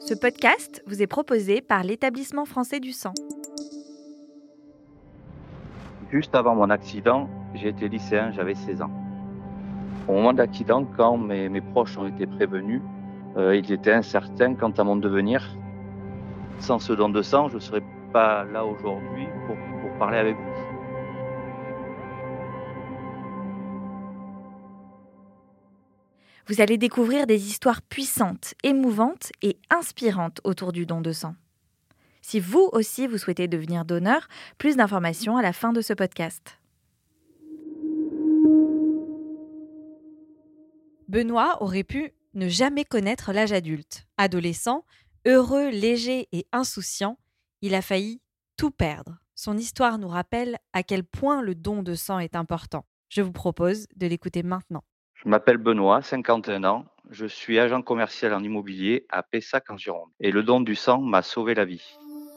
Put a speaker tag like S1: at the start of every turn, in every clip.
S1: Ce podcast vous est proposé par l'Établissement français du sang.
S2: Juste avant mon accident, j'ai été lycéen, j'avais 16 ans. Au moment de l'accident, quand mes proches ont été prévenus, ils étaient incertains quant à mon devenir. Sans ce don de sang, je ne serais pas là aujourd'hui pour parler avec vous.
S1: Vous allez découvrir des histoires puissantes, émouvantes et inspirantes autour du don de sang. Si vous aussi vous souhaitez devenir donneur, plus d'informations à la fin de ce podcast. Benoît aurait pu ne jamais connaître l'âge adulte. Adolescent, heureux, léger et insouciant, il a failli tout perdre. Son histoire nous rappelle à quel point le don de sang est important. Je vous propose de l'écouter maintenant.
S2: Je m'appelle Benoît, 51 ans. Je suis agent commercial en immobilier à Pessac en Gironde. Et le don du sang m'a sauvé la vie.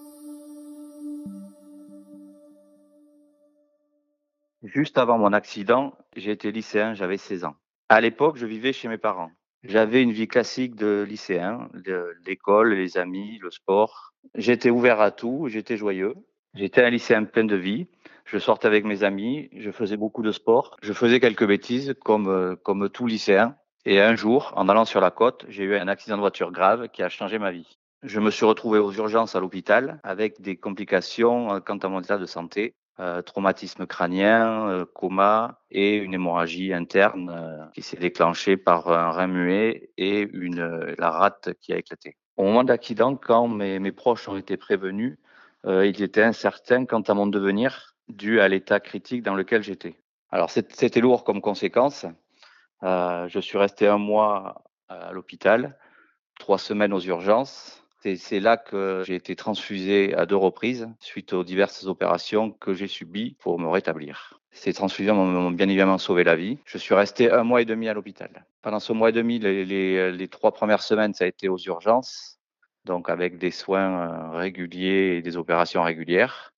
S2: Juste avant mon accident, j'ai été lycéen, j'avais 16 ans. À l'époque, je vivais chez mes parents. J'avais une vie classique de lycéen, l'école, les amis, le sport. J'étais ouvert à tout, j'étais joyeux. J'étais un lycéen plein de vie. Je sortais avec mes amis, je faisais beaucoup de sport. Je faisais quelques bêtises comme tout lycéen. Et un jour, en allant sur la côte, j'ai eu un accident de voiture grave qui a changé ma vie. Je me suis retrouvé aux urgences à l'hôpital avec des complications quant à mon état de santé. Traumatisme crânien, coma et une hémorragie interne qui s'est déclenchée par un rein muet et la rate qui a éclaté. Au moment de l'accident, quand mes proches ont été prévenus, ils étaient incertains quant à mon devenir dû à l'état critique dans lequel j'étais. Alors c'était lourd comme conséquence. Je suis resté 1 mois à l'hôpital, 3 semaines aux urgences. C'est là que j'ai été transfusé à 2 reprises suite aux diverses opérations que j'ai subies pour me rétablir. Ces transfusions m'ont bien évidemment sauvé la vie. Je suis resté 1 mois et demi à l'hôpital. Pendant ce mois et demi, les 3 premières semaines, ça a été aux urgences, donc avec des soins réguliers et des opérations régulières.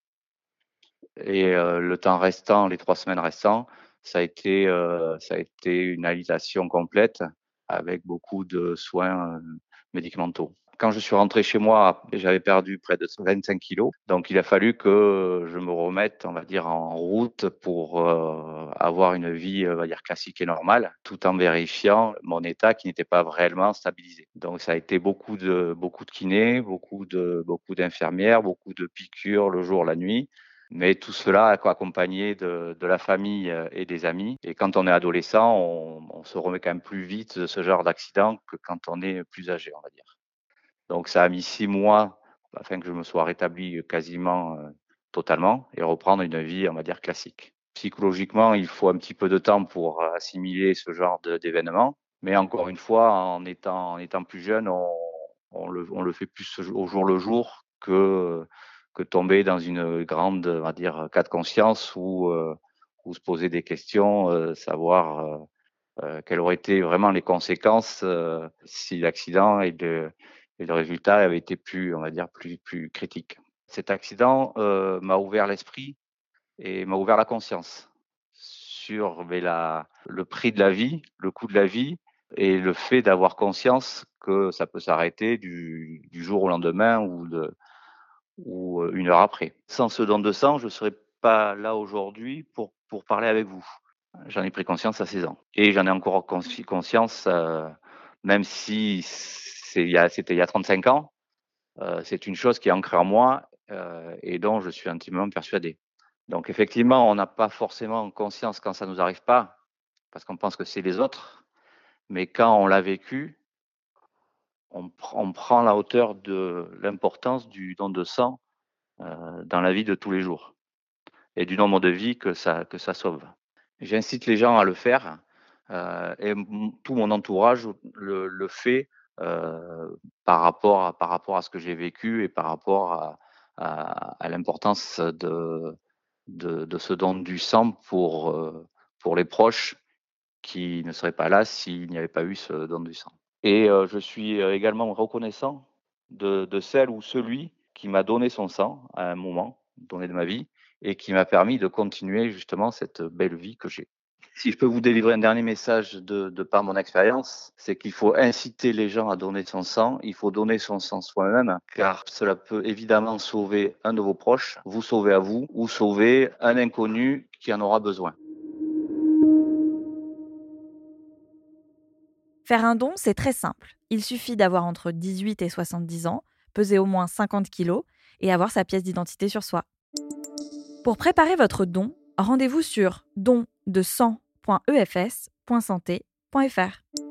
S2: Et le temps restant, les 3 semaines restantes, ça a été une alisation complète avec beaucoup de soins médicamenteux. Quand je suis rentré chez moi, j'avais perdu près de 25 kilos. Donc il a fallu que je me remette, on va dire, en route pour avoir une vie, on va dire, classique et normale, tout en vérifiant mon état qui n'était pas réellement stabilisé. Donc ça a été beaucoup de kinés, beaucoup d'infirmières, beaucoup de piqûres le jour, la nuit. Mais tout cela accompagné de la famille et des amis. Et quand on est adolescent, on se remet quand même plus vite de ce genre d'accident que quand on est plus âgé, on va dire. Donc ça a mis 6 mois afin que je me sois rétabli quasiment totalement et reprendre une vie, on va dire, classique. Psychologiquement, il faut un petit peu de temps pour assimiler ce genre d'événements. Mais encore une fois, en étant plus jeune, on le fait plus au jour le jour que tomber dans une grande, on va dire, cas de conscience ou se poser des questions, savoir quelles auraient été vraiment les conséquences si l'accident et le résultat avaient été plus, on va dire, plus critiques. Cet accident m'a ouvert l'esprit et m'a ouvert la conscience sur le prix de la vie, le coût de la vie et le fait d'avoir conscience que ça peut s'arrêter du jour au lendemain ou 1 heure après. Sans ce don de sang, je ne serais pas là aujourd'hui pour parler avec vous. J'en ai pris conscience à 16 ans et j'en ai encore conscience, même si c'était il y a 35 ans, c'est une chose qui est ancrée en moi, et dont je suis intimement persuadé. Donc effectivement, on n'a pas forcément conscience quand ça nous arrive pas, parce qu'on pense que c'est les autres, mais quand on l'a vécu, on prend la hauteur de l'importance du don de sang, dans la vie de tous les jours et du nombre de vies que ça sauve. J'incite les gens à le faire, et tout mon entourage le fait, par rapport à ce que j'ai vécu et par rapport à l'importance de ce don du sang pour les proches qui ne seraient pas là s'il n'y avait pas eu ce don du sang. Et je suis également reconnaissant de celle ou celui qui m'a donné son sang à un moment donné de ma vie et qui m'a permis de continuer justement cette belle vie que j'ai. Si je peux vous délivrer un dernier message de par mon expérience, c'est qu'il faut inciter les gens à donner son sang. Il faut donner son sang soi-même, car cela peut évidemment sauver un de vos proches, vous sauver à vous, ou sauver un inconnu qui en aura besoin.
S1: Faire un don, c'est très simple. Il suffit d'avoir entre 18 et 70 ans, peser au moins 50 kilos et avoir sa pièce d'identité sur soi. Pour préparer votre don, rendez-vous sur dondesang.efs.santé.fr.